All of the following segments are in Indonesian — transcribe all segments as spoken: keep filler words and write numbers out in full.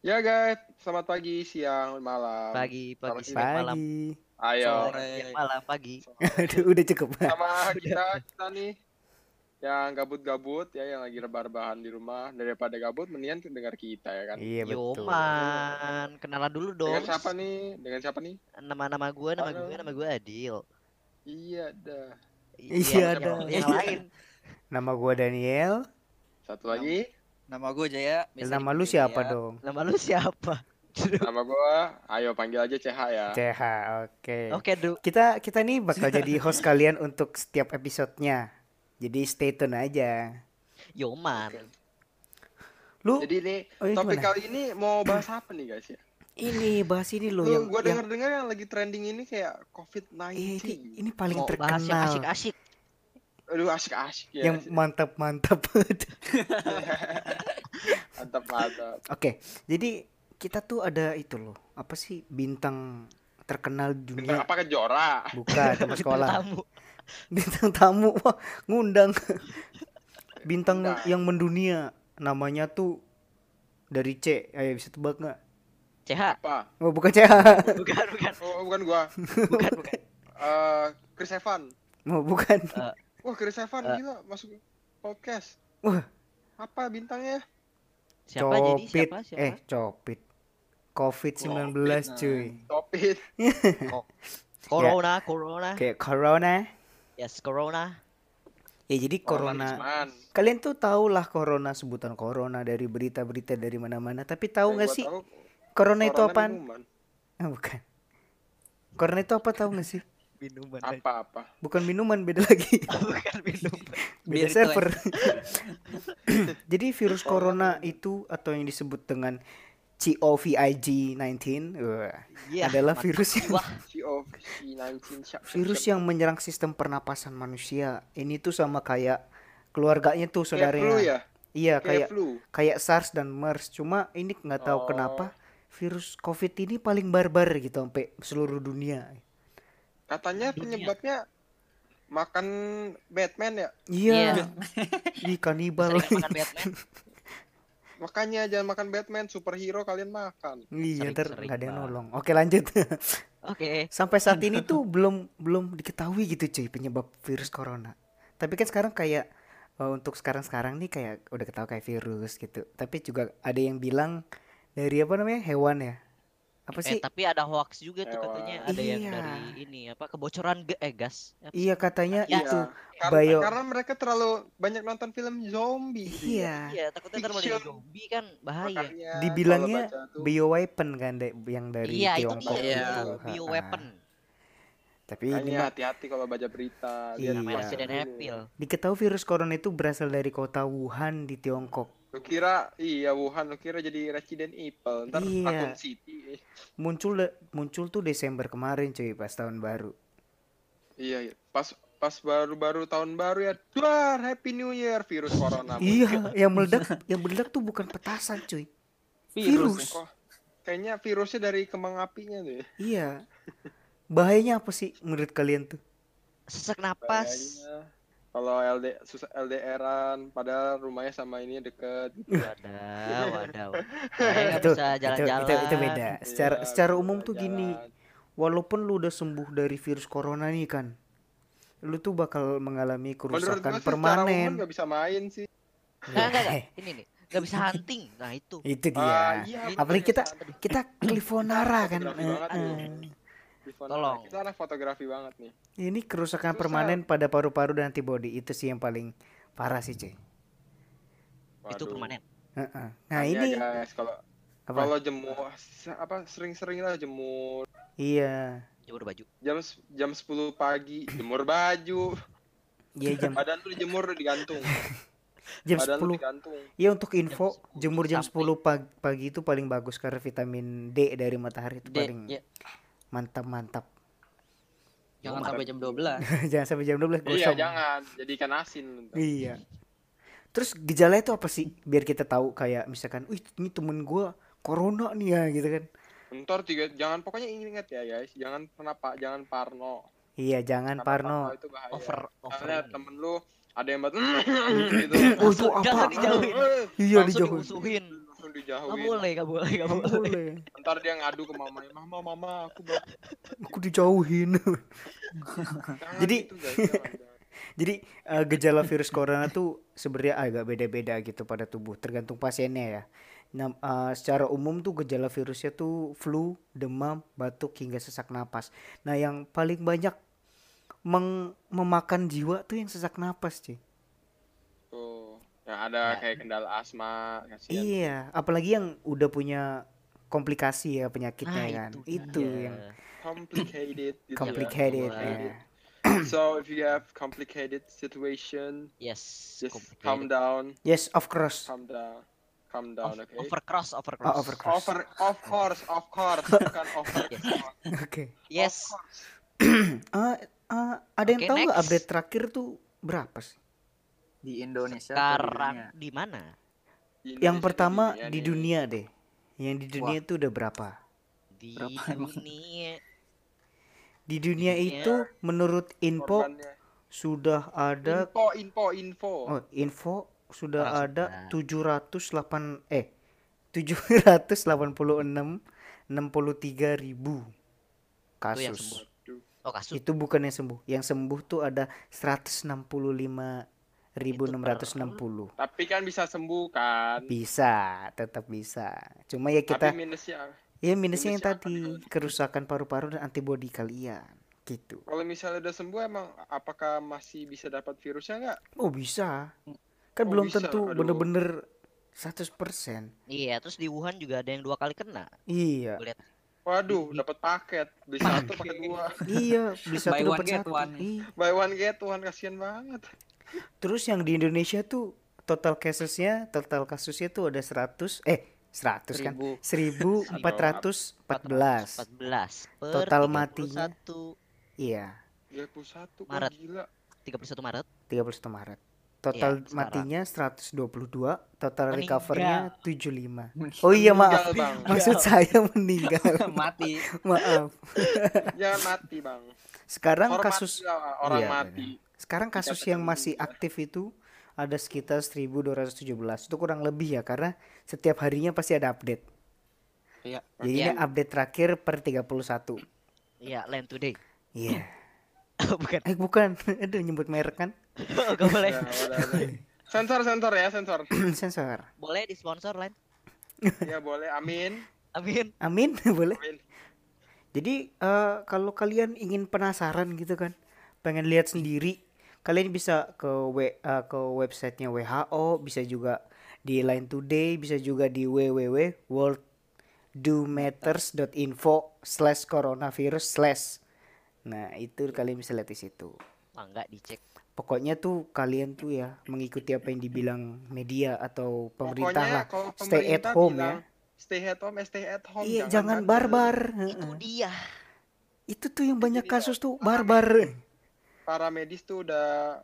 Ya guys, selamat pagi, siang, malam. Pagi, Sama pagi, sini. siang, malam. Pagi. Ayo, Sore, siang, Sore. malam, pagi. sore. Aduh, udah cukup. Sama Udah. kita, kita nih yang gabut-gabut ya, yang lagi rebahan di rumah. Daripada gabut, mendingan dengar kita ya kan. Iya betul. Yoman, kenalan dulu dong. Dengan siapa nih? Dengan siapa nih? Nama-nama gue, nama Halo. gue, nama gue Adil. Iya dah. Iya, yang, dah. Yang lain. Nama gua Daniel. Satu lagi. Nama gue Jaya. biasa Nama lu dipanggil siapa Jaya. dong? Nama lu siapa? Nama gua, ayo panggil aja C H ya. C H, oke. Oke, Du. Kita kita nih bakal jadi host kalian untuk setiap episodenya. Jadi stay tune aja. Yoman. Lu Jadi nih, Oh, ini topik gimana? kali ini mau bahas apa nih guys ya? ini bahas ini loh Lu, yang gua yang denger-dengar yang lagi trending ini kayak covid sembilan eh, belas. ini ini paling Mau bahas yang terkenal. asik-asik. Aduh, asik-asik ya. Yang mantap-mantap. Mantap, mantap. Oke, jadi kita tuh ada itu loh. Apa sih bintang terkenal Bintang dunia? apa Kejora? Bukan, teman sekolah. Tamu. Bintang tamu, wah, ngundang bintang Undang. yang mendunia, namanya tuh dari C. Ayo bisa tebak nggak? C H. Apa? Oh bukan C H. Bukan, bukan. Oh, bukan gua. Bukan, bukan. Eh, Chris Evan. Oh bukan. Eh, Wah, Chris Evan Eh. gila masuk podcast. Wah, Apa bintangnya? siapa jadi? Copit. Siapa? Siapa? Eh, Copit. covid sembilan belas Covid, cuy. Topit. Oh. Corona, Corona. Kayak corona. Yes, Corona. Ya jadi corona. Nisman. Kalian tuh tahu lah corona, sebutan corona dari berita-berita dari mana-mana. Tapi tahu Yang nggak gua sih tahu, corona itu corona apaan? minuman. Ah, bukan. Corona itu apa tahu nggak sih? Minuman. Apa-apa? Bukan minuman, beda lagi. Bukan minuman. Beda Bir server. Jadi virus corona itu atau yang disebut dengan COVID sembilan belas wah, Iya, adalah mantap virus yang jiwa. C O V sembilan belas. Siap, siap, virus siap. yang menyerang sistem pernapasan manusia. Ini tuh sama kayak keluarganya tuh Kayak flu saudaranya. ya? Iya, Kayak kayak flu. kayak SARS dan MERS. Cuma ini nggak tahu Oh. kenapa virus COVID ini paling barbar gitu sampai seluruh dunia. Katanya Dunia. penyebabnya makan Batman ya? Iya. Iya. Ih, kanibal. Sering makan Batman. Makanya jangan makan Batman, superhero kalian makan. Iya, Sering- ntar sering nggak ada yang banget. nolong. Oke, lanjut. Oke. Sampai saat ini tuh belum belum diketahui gitu cuy penyebab virus corona. Tapi kan sekarang kayak eh, untuk sekarang-sekarang nih kayak udah ketahui kayak virus gitu. Tapi juga ada yang bilang dari apa namanya hewan ya. Apa Eh sih? tapi ada hoax juga tuh Hewan. katanya ada yang Iya. dari ini apa kebocoran ge- eh gas. Apa sih? Iya katanya Iya. itu. Karena, bio- karena mereka terlalu banyak nonton film zombie. Iya. Iya, takutnya ntar mau jadi Fiction. zombie kan bahaya. Makanya Dibilangnya kalau baca tuh, bioweapon kan da- yang dari Iya, itu Tiongkok dia Iya. itu. bio, bio Ha-ha. weapon. Tapi ini makanya mah hati-hati kalau baca berita. Iya. Namanya baca Resident dulu. Evil. diketahui virus corona itu berasal dari kota Wuhan di Tiongkok. Lu kira iya Wuhan, lu kira jadi Resident Evil, ntar Iya. Raccoon City. Muncul de- muncul tuh Desember kemarin cuy pas tahun baru. Iya, iya. pas pas baru-baru tahun baru ya, duar Happy New Year virus corona. Iya, yang meledak yang meledak tuh bukan petasan cuy. Virus. Kok kayaknya virusnya dari kembang apinya tuh ya. Iya. Bahayanya apa sih menurut kalian tuh? Sesak napas. Kayaknya kalau L D susah L D R-an padahal rumahnya sama ini deket gitu. Wadah, wadah. Kayak nggak Itu, bisa itu, jalan-jalan. itu, itu beda. Secara Iya, secara bisa umum tuh gini, jalan. walaupun lu udah sembuh dari virus corona nih kan, lu tuh bakal mengalami Menurut gua kerusakan sih secara umum permanen. nggak bisa main sih. Nggak, nggak, nggak. Eh, Ini nih, nggak bisa hunting. Nah itu. itu dia. Ah, iya, Apalagi kita kita Clifonara kan. Fotografi Eh, banget tuh. eh. Rifana, Tolong. kita anak fotografi banget nih. Ini kerusakan Susah. permanen pada paru-paru dan antibody itu sih yang paling parah sih cuy. Itu Waduh. permanen. Heeh. Nah Makanya, ini guys, kalau apa? kalau jemur se- apa sering-sering lah jemur Iya. Jemur baju. jam s- jam sepuluh pagi jemur baju. Iya jam Badan tuh dijemur digantung. jam Badan lu sepuluh. digantung. Iya untuk info sepuluh jemur jam sampai- sepuluh pagi, pagi itu paling bagus karena vitamin D dari matahari itu D, paling ya. mantap-mantap. Jangan Mantap. sampai jam dua belas. Jangan sampai jam dua belas Iya, gosong. jangan jadi ikan asin. ntar. Iya. Terus gejala itu apa sih? Biar kita tahu kayak misalkan, "Wih, ini temen gua corona nih ya," gitu kan. Ntar tiga jangan pokoknya ingat ya guys, jangan pernah pak jangan parno. Iya, jangan Karena Parno. itu bahaya. Over, over Karena ini. temen lu ada yang buat gitu. Oh, itu Jangan apa? dijauhin. Iya, Langsung dijauhin. dimusuhin. Langsung Gak dijauhin. boleh, gak boleh, gak Nggak boleh. boleh. Ntar dia ngadu ke mamanya, mama mama aku ba- Aku dijauhin. jangan Jadi- gitu guys, jangan, jangan. Jadi eh, gejala virus corona tuh sebenarnya agak beda-beda gitu pada tubuh, tergantung pasiennya ya. Nah, eh, secara umum tuh gejala virusnya tuh flu, demam, batuk hingga sesak napas. Nah, yang paling banyak meng- memakan jiwa tuh yang sesak napas, cuy. Tuh yang ada Ya. kayak kendala asma, kasihan. Iya, apalagi yang udah punya komplikasi ya penyakitnya Nah, kan. itu Itu dia. yang Complicated gitu complicated. ya. ya. So if you have complicated situation, Yes, just complicated. calm down, Yes, of course. calm down, calm Of- down, okay? Overcross, Oh, overcross. overcross. Over, of course, of course, bukan over. Yes. Oke. Yes. Of course. Ah, ah, ada yang Oke, tahu nggak next. update terakhir tuh berapa sih? Di Indonesia atau di dunia? Sekarang di mana? Di Yang Indonesia, pertama dunia di nih. dunia deh. Yang di dunia Wah. itu udah berapa? Di Berapa emang? dunia. Di dunia Dunia. itu menurut info Korbannya. sudah ada Info, info, info. oh info sudah Orang ada sudah. tujuh ratus delapan eh tujuh ratus delapan puluh enam enam puluh tiga ribu Itu yang kasus. sembuh. Aduh. Oh, kasus. Itu bukan yang sembuh. Yang sembuh tuh ada seratus enam puluh lima ribu enam ratus enam puluh. Tapi kan bisa sembuh kan. Bisa, tetap bisa. Cuma ya kita Tapi minusnya, ya minusnya yang minusnya apa tadi nih? kerusakan paru-paru dan antibodi kalian gitu. kalau misalnya udah sembuh emang apakah masih bisa dapat virusnya nggak? Oh bisa. Kan Oh, belum bisa. tentu Aduh. bener-bener seratus persen. Iya, terus di Wuhan juga ada yang dua kali kena. Iya. Gue lihat. Waduh, dapat paket. Beli satu pakai dua. Iya, bisa Buy tuh one dapat get satu. one. Iya. Buy one get one, kasihan banget. Terus yang di Indonesia tuh total casusnya, total kasusnya tuh ada seratus eh seratus kan? Seribu. seribu empat ratus empat belas. empat belas per Total tiga puluh matinya. satu Iya, tiga puluh satu kok Maret. gila. tiga puluh satu Maret. tiga puluh satu Maret. Total Iya, sekarang. matinya seratus dua puluh dua, total Meninggal. recovernya tujuh puluh lima. Oh iya maaf. Meninggal, Bang. Maksud saya meninggal. Mati. Maaf. Jangan mati, Bang. Sekarang Hormati kasus lah orang Iya, mati. sekarang kasus Dikatakan yang masih meninggal. aktif itu ada sekitar seribu dua ratus tujuh belas. Itu kurang lebih ya karena setiap harinya pasti ada update. Iya. Jadi Iya. ini update terakhir per tiga puluh satu. Iya, Land Today. Iya. Bukan. Eh bukan. Aduh nyebut merek kan. Gak boleh. Ya, udah, udah. Sensor, sensor ya, sensor. Sensor. Boleh di sponsor Land. Ya boleh, amin. Amin. Amin, boleh. Amin. Jadi eh, kalau kalian ingin penasaran gitu kan, pengen lihat sendiri, kalian bisa ke we- eh, ke websitenya W H O, bisa juga di Line Today, bisa juga di w w w titik world do matters dot info slash coronavirus slash. Nah itu kalian bisa lihat di situ. Ah, enggak dicek. Pokoknya tuh kalian tuh ya mengikuti apa yang dibilang media atau pemerintah Pokoknya lah. kalau Stay at pemerintah home bilang, ya. Stay at home, eh, stay at home. Iya jangan bandel. barbar. Itu Heeh. dia. Itu tuh yang banyak Jadi, kasus tuh para barbar. Para medis tuh udah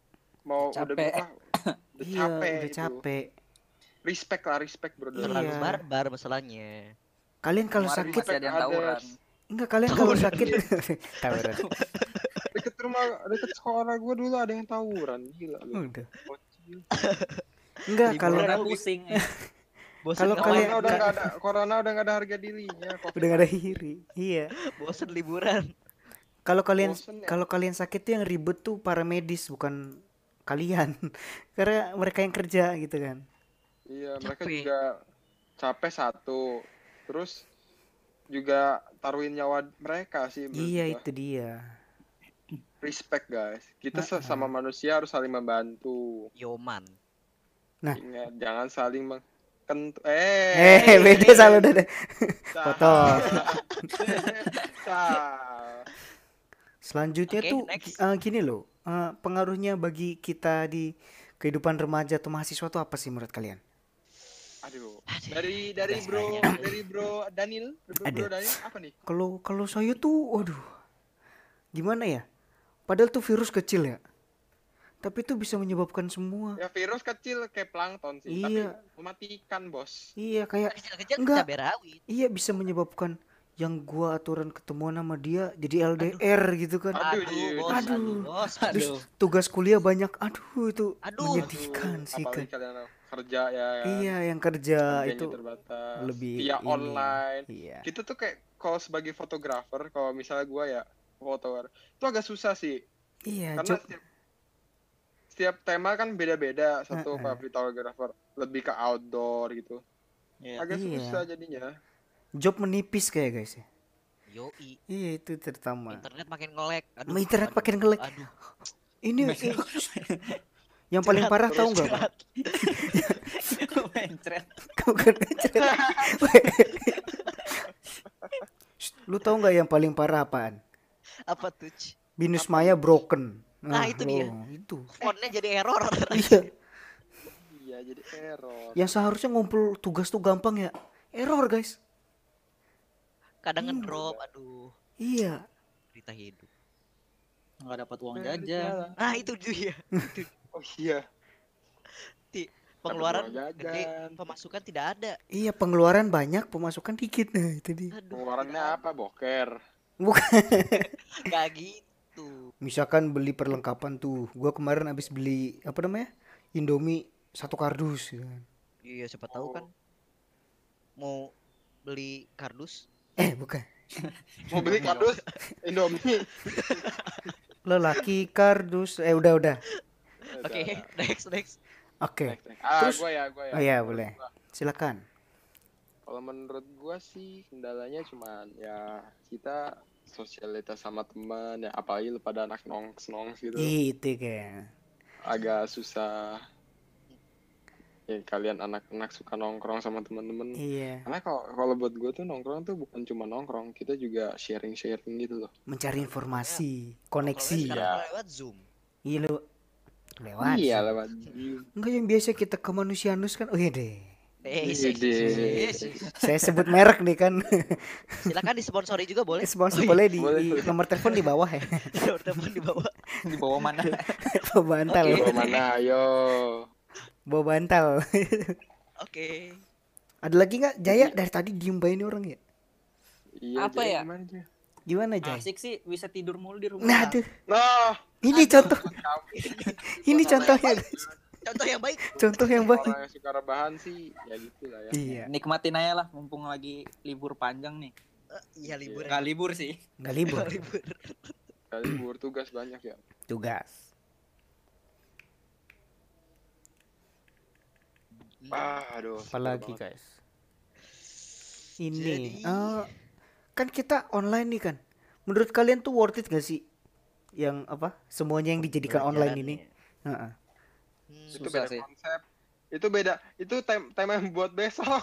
mau udah Capek. wah, udah Iya, capek udah itu. capek. Respect lah, respect bro. Terlalu Iya. barbar masalahnya. Kalian kalau Kemarin sakit masih ada yang tawuran. enggak kalian kalau sakit tawuran. Deket rumah, deket sekolah gue dulu ada yang tawuran, gila lu. Udah. Bocil. Enggak Di kalau corona pusing. Bosen Kalau ngapain? kalian- Corona udah Ka- nggak ada, corona udah nggak ada harga dirinya. COVID. udah gak ada hiri. Iya. Bosen liburan. Kalau kalian Bosen ya? kalau kalian sakit tuh yang ribet tuh para medis bukan kalian. Karena mereka yang kerja gitu kan. Iya, mereka Capek. juga capek satu. Terus juga taruhin nyawa mereka sih. menurut Iya gua. itu dia. Respect guys. Kita Uh-uh. sesama manusia harus saling membantu. Yoman. Nah. Ingat, jangan saling mengkentu. Eh. Eh beda salah udah. deh. Sah. potong. Sah. Selanjutnya Oke, tuh next. eh, gini loh. eh, pengaruhnya bagi kita di kehidupan remaja atau mahasiswa tuh apa sih menurut kalian? Aduh. Dari dari Udah bro, banyak. dari bro Daniel, bro, Ada. bro Daniel apa nih? Kalau kalau saya tuh waduh. Gimana ya? Padahal tuh virus kecil ya. Tapi itu bisa menyebabkan semua. Ya virus kecil kayak plankton sih, Iya. tapi mematikan bos. Iya kayak Kecil-kecil Enggak. cabai rawit. iya bisa menyebabkan yang gua aturan ketemuan sama dia jadi L D R gitu kan. Aduh, Aduh, iya. bos, Aduh. aduh, bos. Terus Aduh. tugas kuliah banyak. Aduh itu Aduh. menyedihkan sih Apalagi kan. kalian tahu. kerja ya kan. Iya, yang kerja Kerjanya itu terbatas lebih via ini. online. Iya. Kita tuh kayak kalau sebagai fotografer, kalau misalnya gue ya fotografer, itu agak susah sih. Iya, Karena job. setiap, setiap tema kan beda-beda. Satu Heeh. Pak fotografer lebih ke outdoor gitu. Iya. Agak Iya. susah jadinya. Job menipis kayak guys ya. Yoi. Iya, itu terutama. Internet makin ngelek. Aduh. Internet aduh, makin ngelek. Aduh. Ini eh, yang paling Curhat, parah tahu terus nggak, Bang? curhat. Mencret. Bukan cerita. Shh, lu tahu nggak yang paling parah apaan? Apa tuh? Ci? Binus Maya broken. Nah, itu dia. loh, Itu. Fontnya jadi error. Iya. Iya, jadi error. Yang seharusnya ngumpul tugas tuh gampang ya. Error, guys. Kadang ngedrop. Aduh. Iya. Cerita hidup. Nggak dapat uang Eh, jajan. Nah, itu dia. Itu Oh iya. Ti- pengeluaran Dapat uang gede, jajan. pemasukan tidak ada. Iya, pengeluaran banyak, pemasukan dikit. Nah, itu dia. Aduh. Pengeluarannya apa? Boker. Bukan. Gak gitu. Misalkan beli perlengkapan tuh. Gua kemarin habis beli apa namanya? Indomie satu kardus gitu kan. Iya, siapa tahu Oh. kan mau beli kardus. Eh, bukan. Mau beli kardus Indomie. Lelaki kardus. Eh, udah, udah. Oke, next next. Oke. Next, next. Ah, Terus- gua ya, gua ya. Oh iya, Menurut boleh. gua. Silakan. Kalau menurut gua sih kendalanya cuman ya kita sosialitas sama teman ya, apalagi lu pada anak nongs-nongs gitu. Itu kayak. Agak susah. Ya kalian anak-anak suka nongkrong sama teman-teman. Iya. Karena kalau kalau buat gua tuh nongkrong tuh bukan cuma nongkrong, kita juga sharing-sharing gitu loh. Mencari informasi, Kalau koneksi. sekarang Iya. lewat Zoom. Iya lu lewat. Iya sih. lewat Zoom. Enggak yang biasa kita ke manusianus kan. Oh iya deh. Eh, Iya, sih, deh. sih, sih, sih. Saya sebut merek nih kan. Silakan disponsori juga boleh. Sponsor Oh, iya. boleh di, Boleh, di boleh. nomor telepon di bawah ya. Nomor telepon di bawah. Di bawah mana? Bawa bantal. Oke. Bawa mana? Ayo. Bawa bantal. Oke. Ada lagi nggak? Jaya dari tadi diem bayi ini orang ya. Iya. Apa Jay, ya? Gimana Jay? Gimana Jaya? Asik sih bisa tidur mulu di rumah. Nah, aduh. Nah, Ini contoh. Ini contohnya. Contoh yang baik. Contoh yang baik. orang yang suka rebahan sih ya gitu lah ya. Iya. Nikmatin aja lah mumpung lagi libur panjang nih. Eh, Iya libur. Nggak libur sih. Nggak libur. libur. Kali libur tugas banyak ya. Tugas. Ah, aduh. Apalagi sebel banget. guys. Ini. Jadi- eh, kan kita online nih kan. Menurut kalian tuh worth it gak sih? Yang apa? Semuanya yang dijadikan online ini. Heeh. Hmm, Itu Susah beda sih. konsep. Itu beda. Itu tem- tema yang buat besok.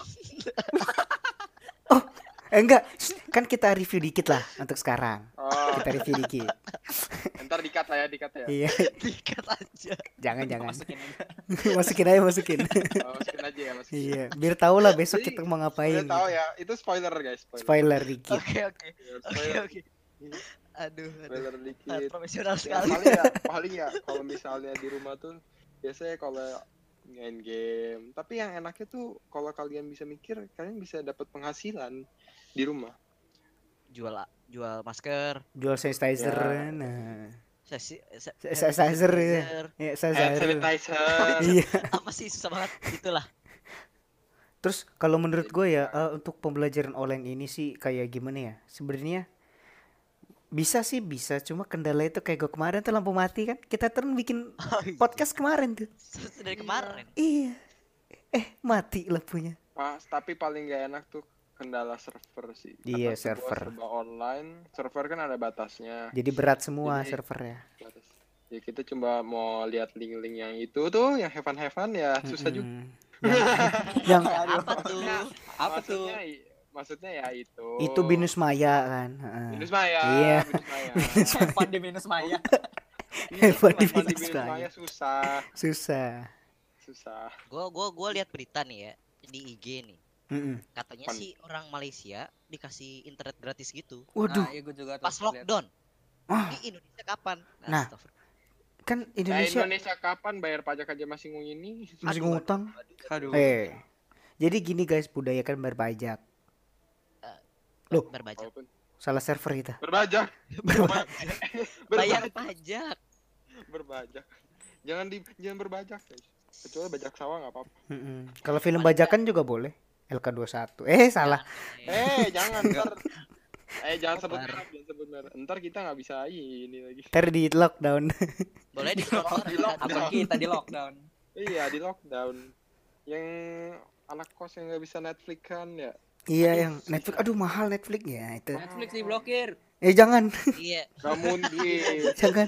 Eh, enggak, Shh, kan kita review dikit lah untuk sekarang. Oh, Kita review dikit. ntar dikat lah ya, dikat ya. Iya, Dikat aja. jangan jangan. Masukin aja. Masukin aja masukin. Oh, masukin aja ya, masukin. Iya, biar tahu lah besok Jadi, kita mau ngapain. Udah tahu gitu. ya, itu spoiler guys. Spoiler. Spoiler dikit. Oke oke. Ya, Oke spoiler. oke. Aduh, aduh. Spoiler Sangat dikit. profesional Ya, sekali. paling ya, paling ya kalau misalnya di rumah tuh biasanya kalau main game. Tapi yang enaknya tuh kalau kalian bisa mikir, kalian bisa dapat penghasilan di rumah. Jual jual masker. Jual sanitizer. Ya. Nah. Sesi, se- Sa- Sanitizer ya. sanitizer. Ya, Hand sanitizer. sanitizer. Iya. Apa sih susah banget itulah. Terus kalau menurut gue ya eh, untuk pembelajaran online ini sih kayak gimana ya? Sebenarnya bisa sih bisa, cuma kendala itu kayak gue kemarin tuh lampu mati kan. Kita turun bikin Oh, iya. podcast kemarin tuh. Dari kemarin. Iya. Eh, mati lampunya. Pas, tapi paling gak enak tuh kendala server sih. Iya, Karena sebuah server. serba online, server kan ada batasnya. Jadi berat semua Jadi- servernya. Batas. Ya kita cuma mau lihat link-link yang itu tuh, yang heaven-heaven ya susah juga. Mm-mm. Yang, yang Apa tuh? Apa tuh? Maksudnya, i- maksudnya ya itu. itu Binus Maya kan. Heeh. Binus Maya. Iya. Binus Maya. Evan di minus Maya. Heaven di Telepon di Binus Binus Maya. Maya susah, Susah. susah. Gua gua gua lihat berita nih ya di I G nih. Mm-mm. Katanya Apaan? sih orang Malaysia dikasih internet gratis gitu Waduh, Nah, iya gue juga tuh pas lihat. lockdown. Ah. Di Indonesia kapan? Nah, Astagfirullah. kan Indonesia. Indonesia Indonesia kapan bayar pajak aja masih ngini? masih Aduh, ngutang. Aduh. Eh. Jadi gini guys, budayakan berpajak. Loh. Berbajak. Walaupun Salah server kita. berbajak, Bayar berbajak, pajak. berbajak. Jangan di jangan berbajak guys. Kecuali bajak sawah nggak apa-apa. Mm-mm. Kalau film bajakan juga boleh. L K dua puluh satu. Eh salah. Eh jangan ntar. Eh jangan sebut Sabar. merek, jangan sebut merek. Ntar kita nggak bisa ini lagi. Ntar di lockdown. Boleh di sponsor Di L K lockdown. dua. Akun kita di lockdown. Iya di lockdown. Yang anak kos yang nggak bisa Netflix kan ya. Iya Aduh, yang Netflix. Aduh mahal Netflixnya itu. Netflix diblokir. Eh jangan. Iya. Gak mungkin. Jangan.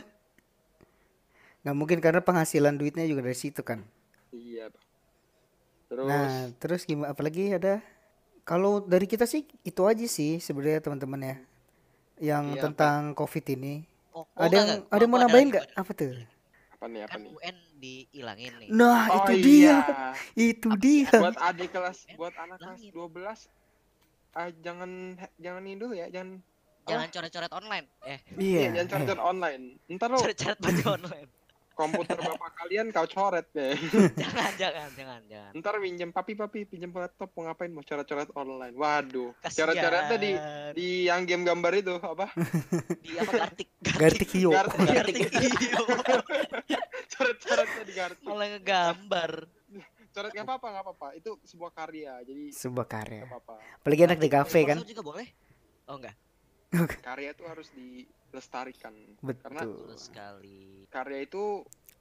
Nggak mungkin karena penghasilan duitnya juga dari situ kan. Iya. Bang. Terus Nah, terus gimana apalagi ada kalau dari kita sih itu aja sih sebenarnya teman-teman ya. Yang Iya, tentang Covid ini. Oh, oh, ada enggak, yang enggak. ada yang mau Gua nambahin lagi, nggak? gua Apa tuh? apa nih apa Kan nih? U N dihilangin nih. Nah, Oh itu iya. dia. Itu Apa sih, dia. Buat adik kelas, buat anak kelas Langit. dua belas ah, jangan jangan ini dulu ya, jangan Jangan coret-coret online. Eh, Iya. iya, jangan coret online. Ntar lo coret-coret baju online. komputer bapak kalian kau coret deh. Jangan, jangan, jangan, jangan. Ntar minjem papi papi pinjem laptop mau ngapain mau coret-coret online. Waduh. Kasihan. Coret-coretnya di di yang game gambar itu apa? di apa Gartik. Gartik Hio. Gartik. Gartik. Iyo. Coret-coretnya di Gartik. Malah ngegambar. Coret nggak apa-apa nggak apa-apa. Itu sebuah karya. Jadi Sebuah karya. nggak apa-apa. Apalagi anak di kafe kan. Sponsor juga boleh? Oh enggak. Karya itu harus dilestarikan. Karena Betul. Betul sekali. karya itu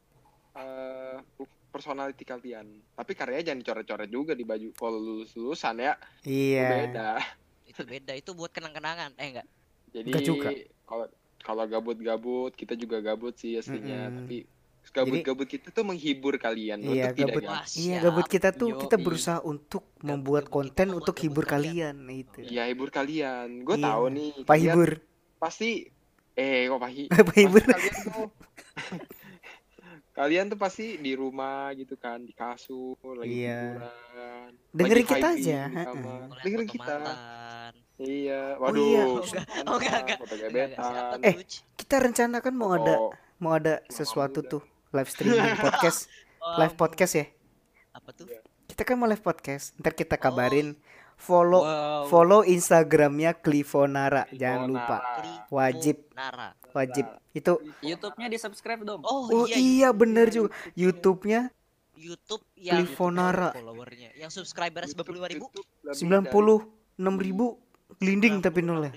eh personality kalian. Tapi karyanya jangan dicoret-coret juga di baju kalau lulus-lulusan ya. Itu Iya. beda. Itu beda. Itu buat kenang-kenangan. Eh enggak. Jadi Enggak juga. kalau kalau gabut-gabut kita juga gabut sih aslinya. Mm-mm. Tapi gabut-gabut kita tuh menghibur kalian Iya, untuk tidak gabut. gabut. Wah, Iya, siap. gabut kita tuh kita Yoi. berusaha untuk Gabut- membuat gabut kita konten membuat untuk gabut hibur kalian. kalian itu. Iya hibur kalian. Gue Iya. tahu nih. Pak kalian hibur. Pasti eh kok pahi. Pak hibur. Pasti kalian tuh kalian tuh pasti di rumah gitu kan di kasur lagi Iya. hiburan. Dengerin lagi kita vibing aja, di heeh. kamar. Ngeliat Dengerin foto kita. mantan. Iya. Oh Waduh. iya. Oh, enggak. Oh, enggak, enggak. Foto Enggak, enggak. gebetan. Siapa Eh, tuh? Kita rencana kan mau ada Oh, mau ada sesuatu tuh live streaming podcast, Oh, live podcast ya. Apa tuh? Kita kan mau live podcast. Ntar kita kabarin follow Wow. follow Instagramnya Clifonara. Jangan Clifonara. lupa. Clipo Wajib. Nara. Wajib. Itu YouTube-nya di subscribe dong. Oh, oh iya, iya bener juga. YouTube-nya YouTube yang Clifonara. followernya. Yang subscriber sembilan puluh lima ribu. YouTube lebih sembilan puluh enam ribu glinding tapi nolnya.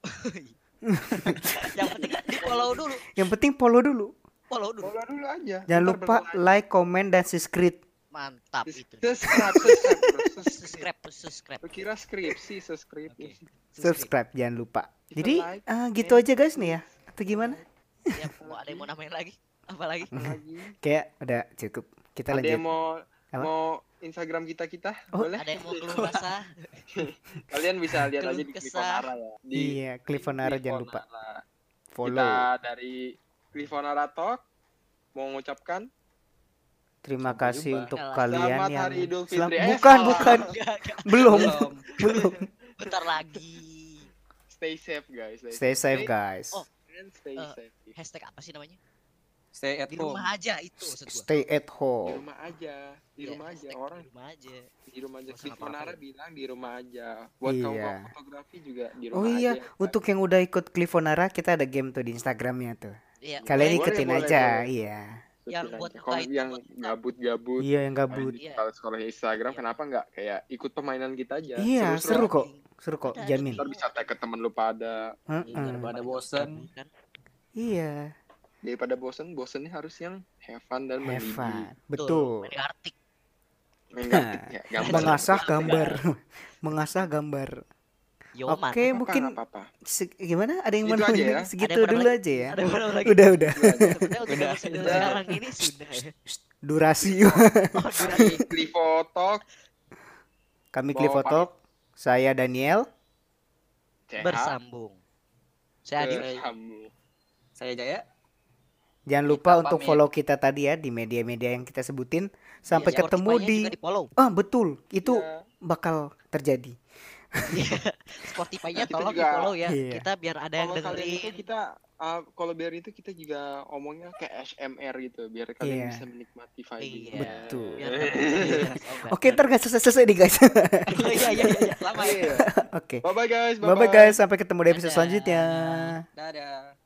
Yang penting di follow dulu. Yang penting follow dulu. Follow dari- dulu. Follow dulu aja. Jangan Ntar lupa berlanjut. like, comment dan subscribe. Mantap Sus- itu. Subscribe, subscribe, bro. Subscribe. Subscribe, subscribe. Lu kira skripsi, subscribe. Oke. Subscribe jangan lupa. Kita Jadi like, ah, gitu aja guys nih ya. Atau gimana? Siap. Mau ada yang mau namain lagi? Apa lagi? Lagi. Kayak udah cukup. Kita Ada yang lanjut. mau Apa? mau Instagram kita kita Oh, boleh? Ada yang mau keluh basah? Kalian bisa lihat aja di Keluh kesah. Clifonara ya. Di Iya, Clifonara jangan lupa. Clifonara. Follow. Kita dari Clifonara Talk mau mengucapkan Terima Sampai kasih jumpa. untuk Selamat kalian Selamat yang Hari Idul Selam- Fitri. Eh, bukan salah. bukan Enggak, enggak. belum Belum. belum. Bentar lagi. Stay safe guys. Stay safe guys. Oh. And stay Eh, safe. Hashtag apa sih namanya? Stay at Di home. rumah aja itu maksud gua. Stay at Di home. rumah aja. Di Iya, rumah aja hashtag orang di rumah aja. di rumah aja. Nggak usah Clifonara ngapa-ngapain. bilang di rumah aja. Buat kamu Iya. mau fotografi juga di rumah Oh aja. iya, kan? untuk yang udah ikut Clifonara kita ada game tuh di Instagramnya tuh. Iya. Kalian Boleh, ikutin boleh, aja, boleh. iya. yang Ikutin buat aja. buka Kalau itu, yang buat buka. gabut-gabut Iya yang gabut. main di Iya. kalau sekolah Instagram Iya. kenapa nggak kayak ikut permainan kita aja. Iya, Seru-seru seru aja. kok. Seru kok, Ada, ada jamin. Ntar bisa tag ke temen lu pada. Heeh. Daripada bosen. Kan? Iya, Daripada bosen, bosennya harus yang have fun dan have mendidik. fun. Tuh, Betul. main Gartik. Main Gartic ya, gambar. Mengasah gambar. Mengasah gambar. Yoman. Oke, Nggak apa-apa, mungkin nggak apa-apa. se- gimana? Ada yang Itu mau aja nambahin? ya. Segitu Ada yang mau dulu nambahin? aja ya. Ada yang mau lagi? Udah, udah. Sebenarnya untuk Udah, episode udah. sekarang ini sudah ya. Durasi. Oh, Kami Clivo Talk, Kami Mau Clifotalk. Saya Daniel. C H, bersambung. Saya Adit. bersambung. Saya Jaya. Jangan lupa Kita untuk pamit. follow kita tadi ya di media-media yang kita sebutin. Sampai Iya, ketemu Spotify-nya di juga di follow. Ah, betul. Itu Iya. bakal terjadi. Spotify-nya Kita tolong di juga- follow ya. Iya. Kita biar ada yang Kalau kalian itu dengerin. kita uh, kalau biar itu kita juga omongnya kayak A S M R gitu biar kalian Iya. bisa menikmati vibing. Iya. Betul. Biar dapat jelas. Oh, enggak. Oke, ntar nggak selesai-selesai nih guys. Oh, iya iya iya. Lama ya. Iya. Oke. Bye bye guys. Bye bye guys, sampai ketemu di episode Dadah. selanjutnya. Dadah.